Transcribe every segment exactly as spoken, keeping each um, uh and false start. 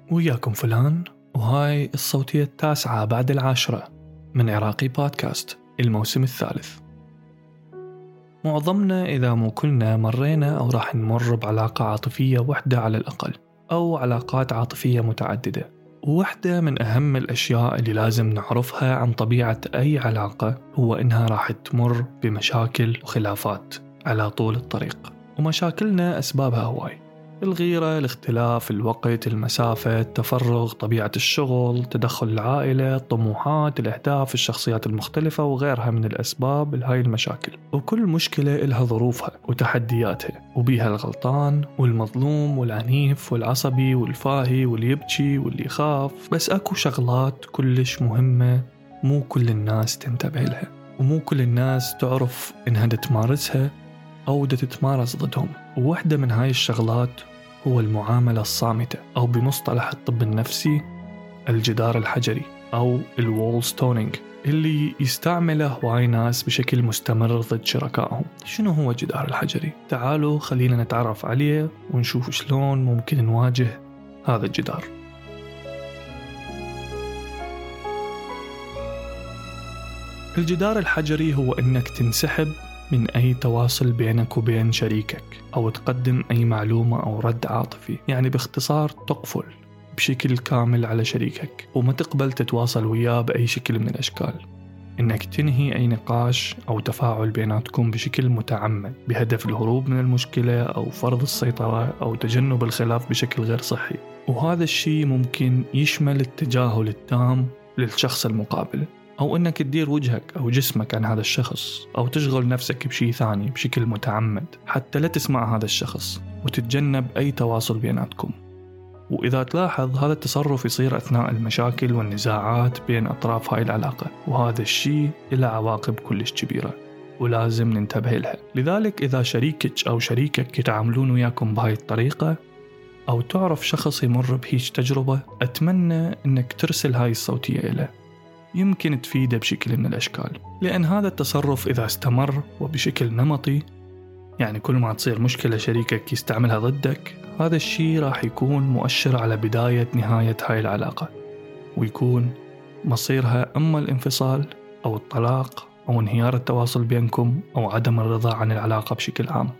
وياكم فلان، وهاي الصوتية التاسعة بعد العاشرة من عراقي بودكاست الموسم الثالث. معظمنا إذا مو كلنا مرينا أو راح نمر بعلاقة عاطفية واحدة على الأقل، أو علاقات عاطفية متعددة. وواحدة من أهم الأشياء اللي لازم نعرفها عن طبيعة أي علاقة هو إنها راح تمر بمشاكل وخلافات على طول الطريق، ومشاكلنا أسبابها هواي: الغيرة، الاختلاف، الوقت، المسافة، التفرغ، طبيعة الشغل، تدخل العائلة، الطموحات، الأهداف، الشخصيات المختلفة وغيرها من الأسباب لهاي المشاكل. وكل مشكلة إلها ظروفها وتحدياتها، وبيها الغلطان والمظلوم والعنيف والعصبي والفاهي واللي يبكي واللي يخاف. بس أكو شغلات كلش مهمة مو كل الناس تنتبه لها، ومو كل الناس تعرف إنها تمارسها أو تتمارس ضدهم. وواحدة من هاي الشغلات هو المعاملة الصامتة، أو بمصطلح الطب النفسي الجدار الحجري أو الوول ستونينج، اللي يستعمله هواي ناس بشكل مستمر ضد شركائهم. شنو هو الجدار الحجري؟ تعالوا خلينا نتعرف عليه ونشوف شلون ممكن نواجه هذا الجدار. الجدار الحجري هو إنك تنسحب من أي تواصل بينك وبين شريكك، أو تقدم أي معلومة أو رد عاطفي. يعني باختصار تقفل بشكل كامل على شريكك وما تقبل تتواصل وياه بأي شكل من الأشكال. إنك تنهي أي نقاش أو تفاعل بيناتكم بشكل متعمد بهدف الهروب من المشكلة أو فرض السيطرة أو تجنب الخلاف بشكل غير صحي. وهذا الشيء ممكن يشمل التجاهل التام للشخص المقابل، أو أنك تدير وجهك أو جسمك عن هذا الشخص، أو تشغل نفسك بشيء ثاني بشكل متعمد حتى لا تسمع هذا الشخص وتتجنب أي تواصل بيناتكم. وإذا تلاحظ هذا التصرف يصير أثناء المشاكل والنزاعات بين أطراف هاي العلاقة، وهذا الشيء له عواقب كلش كبيرة ولازم ننتبه لها. لذلك إذا شريكك أو شريكك يتعاملون وياكم بهاي الطريقة، أو تعرف شخص يمر بهيج تجربة، أتمنى أنك ترسل هاي الصوتية إليه، يمكن تفيده بشكل من الأشكال. لأن هذا التصرف إذا استمر وبشكل نمطي، يعني كل ما تصير مشكلة شريكك يستعملها ضدك، هذا الشيء راح يكون مؤشر على بداية نهاية هاي العلاقة، ويكون مصيرها أما الانفصال أو الطلاق أو انهيار التواصل بينكم أو عدم الرضا عن العلاقة بشكل عام.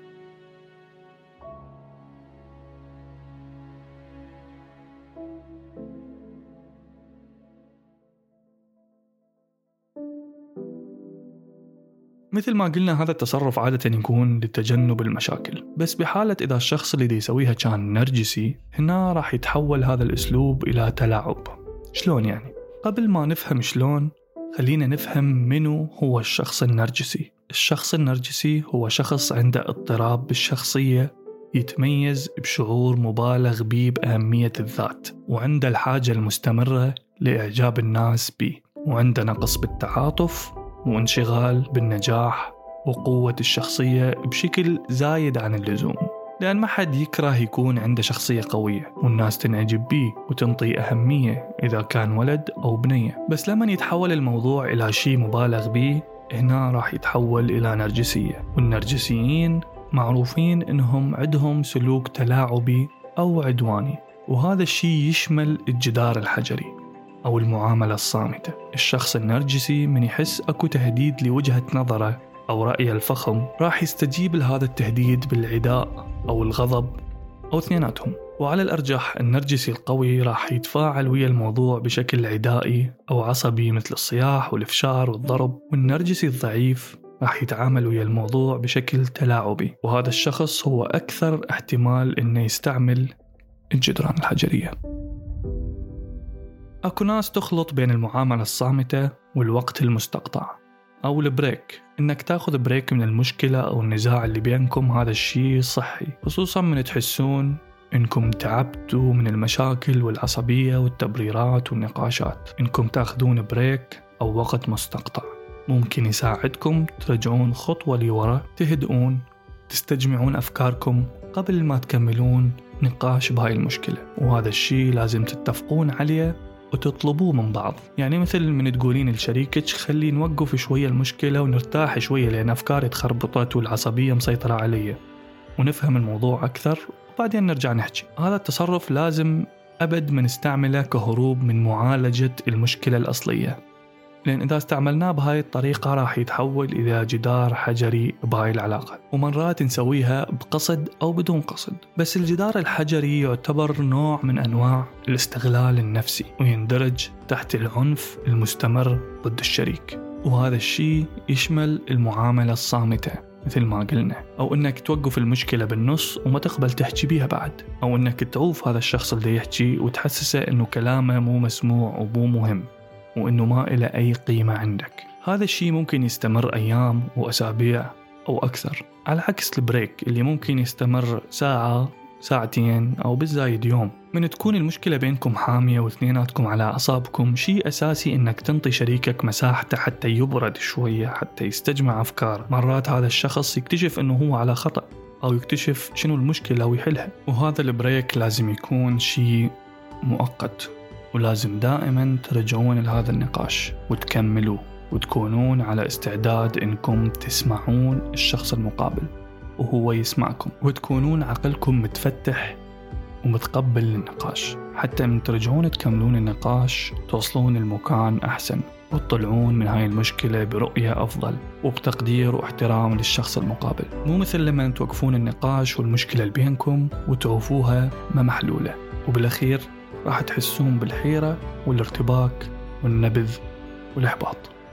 مثل ما قلنا، هذا التصرف عادة يكون لتجنب المشاكل، بس بحالة إذا الشخص اللي دي يسويها كان نرجسي، هنا راح يتحول هذا الأسلوب إلى تلاعب. شلون يعني؟ قبل ما نفهم شلون، خلينا نفهم منو هو الشخص النرجسي. الشخص النرجسي هو شخص عنده اضطراب بالشخصية، يتميز بشعور مبالغ به بأهمية الذات، وعنده الحاجة المستمرة لإعجاب الناس به، وعنده نقص بالتعاطف وانشغال بالنجاح وقوة الشخصية بشكل زايد عن اللزوم. لأن ما حد يكره يكون عنده شخصية قوية والناس تنعجب بيه وتنطي أهمية إذا كان ولد أو بنية. بس لما يتحول الموضوع إلى شيء مبالغ به، هنا راح يتحول إلى نرجسية. والنرجسيين معروفين إنهم عندهم سلوك تلاعبي أو عدواني، وهذا الشيء يشمل الجدار الحجري أو المعاملة الصامتة. الشخص النرجسي من يحس أكو تهديد لوجهة نظره أو رأيه الفخم، راح يستجيب لهذا التهديد بالعداء أو الغضب أو اثنيناتهم. وعلى الأرجح النرجسي القوي راح يتفاعل ويا الموضوع بشكل عدائي أو عصبي، مثل الصياح والإفشار والضرب. والنرجسي الضعيف راح يتعامل ويا الموضوع بشكل تلاعبي، وهذا الشخص هو أكثر احتمال إنه يستعمل الجدران الحجرية. أكو ناس تخلط بين المعاملة الصامتة والوقت المستقطع أو البريك. إنك تاخذ بريك من المشكلة أو النزاع اللي بينكم، هذا الشيء صحي، خصوصا من تحسون إنكم تعبتوا من المشاكل والعصبية والتبريرات والنقاشات. إنكم تاخذون بريك أو وقت مستقطع ممكن يساعدكم ترجعون خطوة لورا، تهدؤون، تستجمعون أفكاركم قبل ما تكملون نقاش بهاي المشكلة. وهذا الشيء لازم تتفقون عليه وتطلبوه من بعض. يعني مثل من تقولين لشريكك خلي نوقف شوية المشكلة ونرتاح شوية لأن أفكاري تخربطت والعصبية مسيطرة علي، ونفهم الموضوع أكثر وبعدين نرجع نحكي. هذا التصرف لازم أبد ما نستعمله كهروب من معالجة المشكلة الأصلية، لأن إذا استعملناه بهاي الطريقة راح يتحول إلى جدار حجري بهاي العلاقة، ومرات نسويها بقصد أو بدون قصد. بس الجدار الحجري يعتبر نوع من أنواع الاستغلال النفسي، ويندرج تحت العنف المستمر ضد الشريك. وهذا الشيء يشمل المعاملة الصامتة مثل ما قلنا، أو إنك توقف المشكلة بالنص وما تقبل تحكي بيها بعد، أو إنك تعوف هذا الشخص اللي يحكي وتحسسه إنه كلامه مو مسموع ومو مهم وإنه ما إله أي قيمة عندك. هذا الشيء ممكن يستمر أيام وأسابيع أو أكثر، على عكس البريك اللي ممكن يستمر ساعة ساعتين أو بالزايد يوم. من تكون المشكلة بينكم حامية واثنيناتكم على أعصابكم، شيء أساسي إنك تنطي شريكك مساحته حتى يبرد شوية، حتى يستجمع أفكار. مرات هذا الشخص يكتشف إنه هو على خطأ، أو يكتشف شنو المشكلة ويحلها. وهذا البريك لازم يكون شيء مؤقت، ولازم دائما ترجعون لهذا النقاش وتكملوه، وتكونون على استعداد إنكم تسمعون الشخص المقابل وهو يسمعكم، وتكونون عقلكم متفتح ومتقبل للنقاش، حتى من ترجعون تكملون النقاش توصلون المكان أحسن، وتطلعون من هاي المشكلة برؤية أفضل وبتقدير واحترام للشخص المقابل. مو مثل لما توقفون النقاش والمشكلة اللي بينكم وتعوفوها ما محلولة، وبالأخير راح تحسون بالحيرة والارتباك والنبذ والإحباط.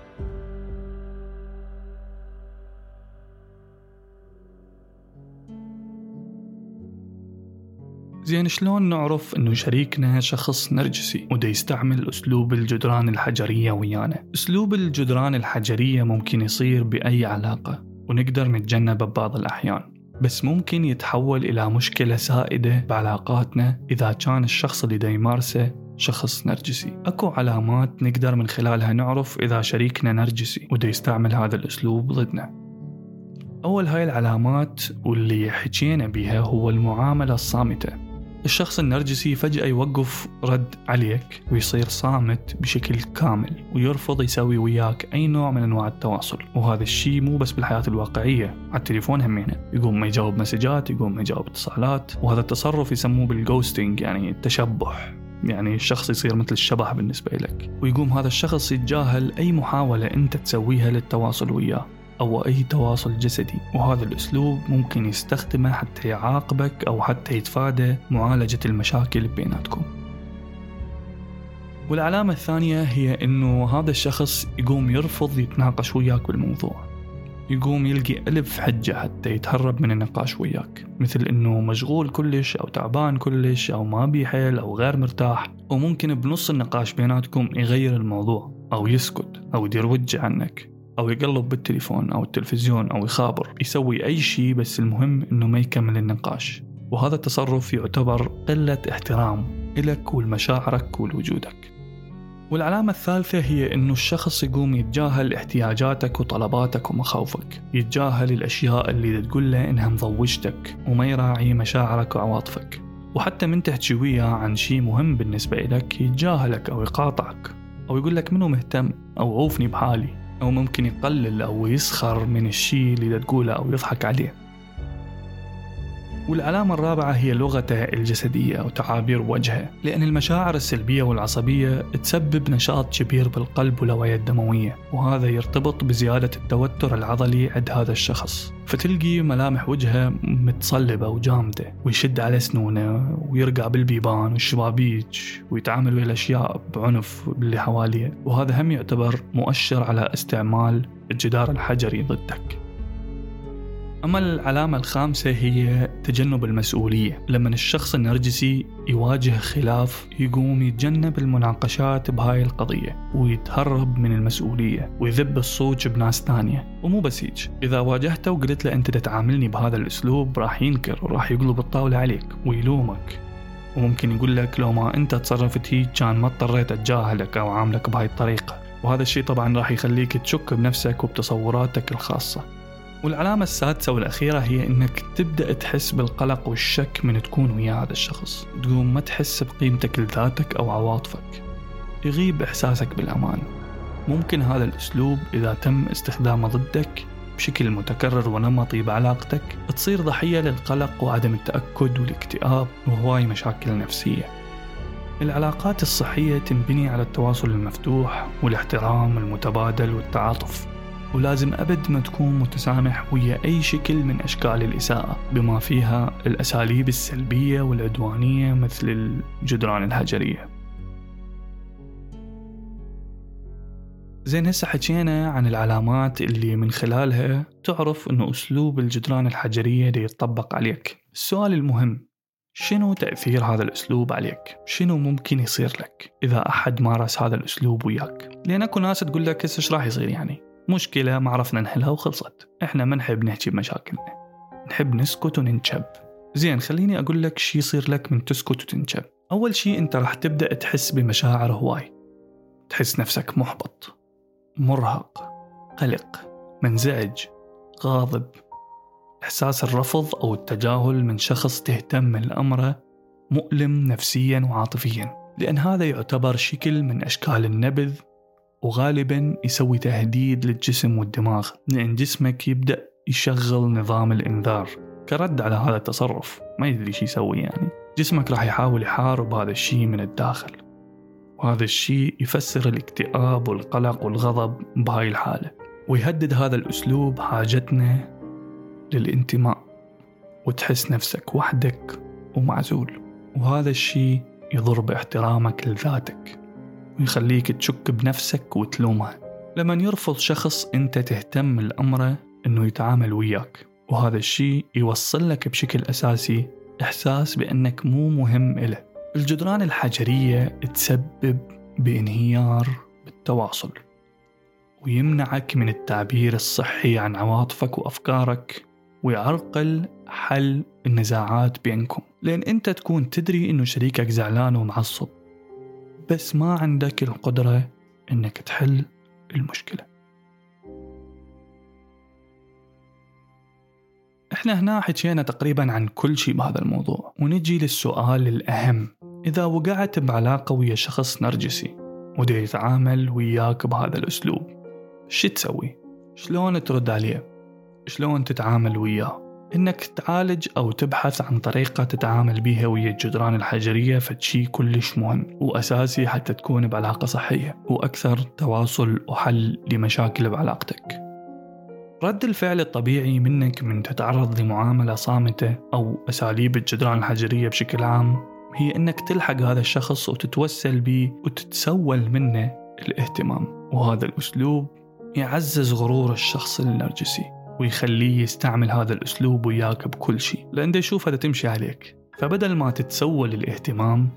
زين، شلون نعرف إنه شريكنا شخص نرجسي وده يستعمل أسلوب الجدران الحجرية ويانا؟ أسلوب الجدران الحجرية ممكن يصير بأي علاقة ونقدر نتجنبه ببعض الأحيان، بس ممكن يتحول إلى مشكلة سائدة بعلاقاتنا إذا كان الشخص اللي دا يمارسه شخص نرجسي. أكو علامات نقدر من خلالها نعرف إذا شريكنا نرجسي ودا يستعمل هذا الأسلوب ضدنا. أول هاي العلامات واللي حكينا بيها هو المعاملة الصامتة. الشخص النرجسي فجأة يوقف رد عليك ويصير صامت بشكل كامل، ويرفض يسوي وياك أي نوع من أنواع التواصل. وهذا الشيء مو بس بالحياة الواقعية، على التليفون همينة يقوم ما يجاوب مسجات، يقوم ما يجاوب اتصالات. وهذا التصرف يسموه بالغوستينج، يعني التشبح، يعني الشخص يصير مثل الشبح بالنسبة لك، ويقوم هذا الشخص يتجاهل أي محاولة أنت تسويها للتواصل وياه أو أي تواصل جسدي. وهذا الأسلوب ممكن يستخدمه حتى يعاقبك أو حتى يتفادى معالجة المشاكل بيناتكم. والعلامة الثانية هي إنه هذا الشخص يقوم يرفض يتناقش وياك بالموضوع، يقوم يلقي ألف حجة حتى يتهرب من النقاش وياك، مثل إنه مشغول كلش أو تعبان كلش أو ما بيحل أو غير مرتاح. وممكن بنص النقاش بيناتكم يغير الموضوع أو يسكت أو يدير وجه عنك أو يقلب بالتليفون أو التلفزيون أو يخابر، يسوي أي شيء، بس المهم إنه ما يكمل النقاش. وهذا التصرف يعتبر قلة احترام إلك ولمشاعرك ولوجودك. والعلامة الثالثة هي إنه الشخص يقوم يتجاهل احتياجاتك وطلباتك ومخاوفك، يتجاهل الأشياء اللي تقول له إنها مضوجتك، وما يراعي مشاعرك وعواطفك. وحتى من تحكي وياه عن شيء مهم بالنسبة لك يتجاهلك أو يقاطعك أو يقول لك منو مهتم أو عوفني بحالي، أو ممكن يقلل أو يسخر من الشيء اللي تقوله أو يضحك عليه. والعلامة الرابعة هي لغته الجسدية أو تعابير وجهه، لأن المشاعر السلبية والعصبية تسبب نشاط كبير بالقلب والأوعية الدموية، وهذا يرتبط بزيادة التوتر العضلي عند هذا الشخص. فتلقي ملامح وجهه متصلبة وجامدة، ويشد على سنونه ويرقع بالبيبان والشبابيك، ويتعامل ويا الأشياء بعنف باللي حواليه. وهذا هم يعتبر مؤشر على استعمال الجدار الحجري ضدك. أما العلامة الخامسة هي تجنب المسؤولية. لما الشخص النرجسي يواجه خلاف يقوم يتجنب المناقشات بهاي القضية ويتهرب من المسؤولية ويذب الصوت بناس تانية. ومو بس هيك، إذا واجهته وقلت له أنت تتعاملني بهذا الأسلوب راح ينكر وراح يقلب الطاولة عليك ويلومك، وممكن يقول لك لو ما أنت تصرفت هيك كان ما اضطريت أتجاهلك أو عاملك بهاي الطريقة. وهذا الشيء طبعا راح يخليك تشك بنفسك وبتصوراتك الخاصة. والعلامة السادسة والأخيرة هي إنك تبدأ تحس بالقلق والشك من تكون ويا هذا الشخص، تقوم ما تحس بقيمتك لذاتك أو عواطفك، يغيب إحساسك بالأمان. ممكن هذا الأسلوب إذا تم استخدامه ضدك بشكل متكرر ونمطي بعلاقتك تصير ضحية للقلق وعدم التأكد والاكتئاب وهواي مشاكل نفسية. العلاقات الصحية تنبني على التواصل المفتوح والاحترام المتبادل والتعاطف، ولازم أبد ما تكون متسامح ويا أي شكل من أشكال الإساءة بما فيها الأساليب السلبية والعدوانية مثل الجدران الحجرية. زين، هسه حكينا عن العلامات اللي من خلالها تعرف أنه أسلوب الجدران الحجرية دي يتطبق عليك. السؤال المهم، شنو تأثير هذا الأسلوب عليك؟ شنو ممكن يصير لك إذا أحد مارس هذا الأسلوب وياك؟ لأن أكو ناس تقول لك إيش راح يصير، يعني مشكلة ما عرفنا نحلها وخلصت. إحنا ما نحب نحكي بمشاكلنا، نحب نسكت وننشب. زين، خليني أقول لك شي يصير لك من تسكت وتنشب. أول شي أنت راح تبدأ تحس بمشاعر هواي، تحس نفسك محبط، مرهق، قلق، منزعج، غاضب، إحساس الرفض أو التجاهل من شخص تهتم الأمر مؤلم نفسيا وعاطفيا، لأن هذا يعتبر شكل من أشكال النبذ، وغالبا يسوي تهديد للجسم والدماغ، لأن جسمك يبدأ يشغل نظام الإنذار كرد على هذا التصرف. ما يدري شي يسوي، يعني جسمك راح يحاول يحارب هذا الشيء من الداخل، وهذا الشيء يفسر الاكتئاب والقلق والغضب بهاي الحالة. ويهدد هذا الأسلوب حاجتنا للانتماء، وتحس نفسك وحدك ومعزول، وهذا الشيء يضر باحترامك لذاتك ويخليك تشك بنفسك وتلومها. لما يرفض شخص أنت تهتم الأمر أنه يتعامل وياك، وهذا الشيء يوصل لك بشكل أساسي إحساس بأنك مو مهم إله. الجدران الحجرية تسبب بانهيار بالتواصل، ويمنعك من التعبير الصحي عن عواطفك وأفكارك، ويعرقل حل النزاعات بينكم، لأن أنت تكون تدري أنه شريكك زعلان ومعصب، بس ما عندك القدرة أنك تحل المشكلة. إحنا هنا حكينا تقريبا عن كل شيء بهذا الموضوع، ونجي للسؤال الأهم. إذا وقعت بعلاقة ويا شخص نرجسي وده يتعامل وياك بهذا الأسلوب، شو تسوي؟ شلون ترد عليه؟ شلون تتعامل وياه؟ إنك تعالج أو تبحث عن طريقة تتعامل بيها ويا الجدران الحجرية، فشي كلش مهم وأساسي حتى تكون بعلاقة صحية وأكثر تواصل وحل لمشاكل بعلاقتك. رد الفعل الطبيعي منك من تتعرض لمعاملة صامتة أو أساليب الجدران الحجرية بشكل عام هي إنك تلحق هذا الشخص وتتوسل به وتتسول منه الاهتمام، وهذا الأسلوب يعزز غرور الشخص النرجسي ويخليه يستعمل هذا الأسلوب وياك بكل شيء، لأنه يشوف هذا تمشي عليك. فبدل ما تتسول الاهتمام،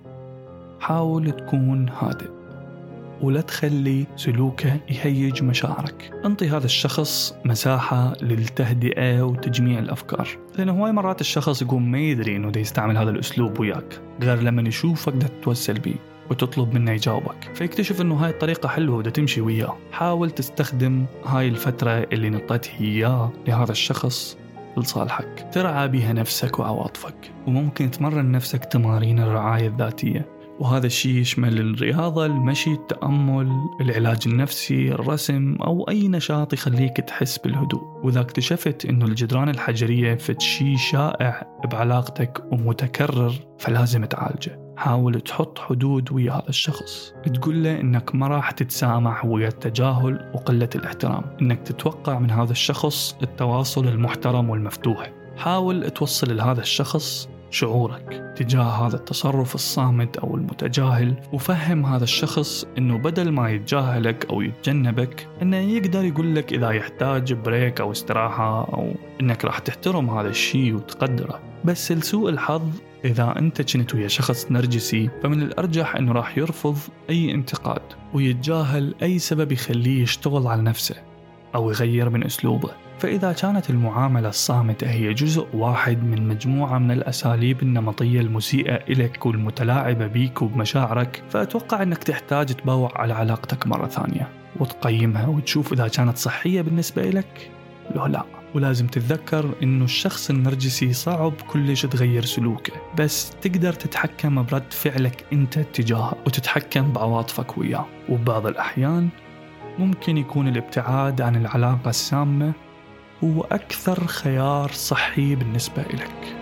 حاول تكون هادئ ولا تخلي سلوكه يهيج مشاعرك. انطي هذا الشخص مساحة للتهدئة وتجميع الأفكار، لأنه هواي مرات الشخص يقوم ما يدري إنه دا يستعمل هذا الأسلوب وياك غير لما يشوفك دا تتوسل بيه وتطلب منه يجاوبك، فيكتشف إنه هاي الطريقة حلوة ودا تمشي وياه. حاول تستخدم هاي الفترة اللي نطيتها إياه لهذا الشخص لصالحك، ترعى بها نفسك وعواطفك، وممكن تمرن نفسك تمارين الرعاية الذاتية، وهذا الشيء يشمل الرياضة، المشي، التأمل، العلاج النفسي، الرسم، أو أي نشاط يخليك تحس بالهدوء. وإذا اكتشفت إنه الجدران الحجرية فد شيء شائع بعلاقتك ومتكرر، فلازم تعالجه. حاول تحط حدود ويا هذا الشخص، تقول له إنك ما راح تتسامح ويا التجاهل وقلة الاحترام، إنك تتوقع من هذا الشخص التواصل المحترم والمفتوح. حاول توصل لهذا الشخص شعورك تجاه هذا التصرف الصامت أو المتجاهل، وفهم هذا الشخص إنه بدل ما يتجاهلك أو يتجنبك، إنه يقدر يقول لك إذا يحتاج بريك أو استراحة، أو إنك راح تحترم هذا الشيء وتقدره. بس لسوء الحظ، إذا أنت كنت ويا شخص نرجسي، فمن الأرجح إنه راح يرفض أي انتقاد ويتجاهل أي سبب يخليه يشتغل على نفسه أو يغير من أسلوبه. فإذا كانت المعاملة الصامتة هي جزء واحد من مجموعة من الأساليب النمطية المسيئة إلك والمتلاعبة بيك وبمشاعرك، فأتوقع أنك تحتاج تبوع على علاقتك مرة ثانية وتقيمها وتشوف إذا كانت صحية بالنسبة إلك لو لا. ولازم تتذكر إنه الشخص النرجسي صعب كلش تغير سلوكه، بس تقدر تتحكم برد فعلك أنت تجاهه وتتحكم بعواطفك وياه. وبعض الأحيان ممكن يكون الابتعاد عن العلاقة السامة هو أكثر خيار صحي بالنسبة إلك.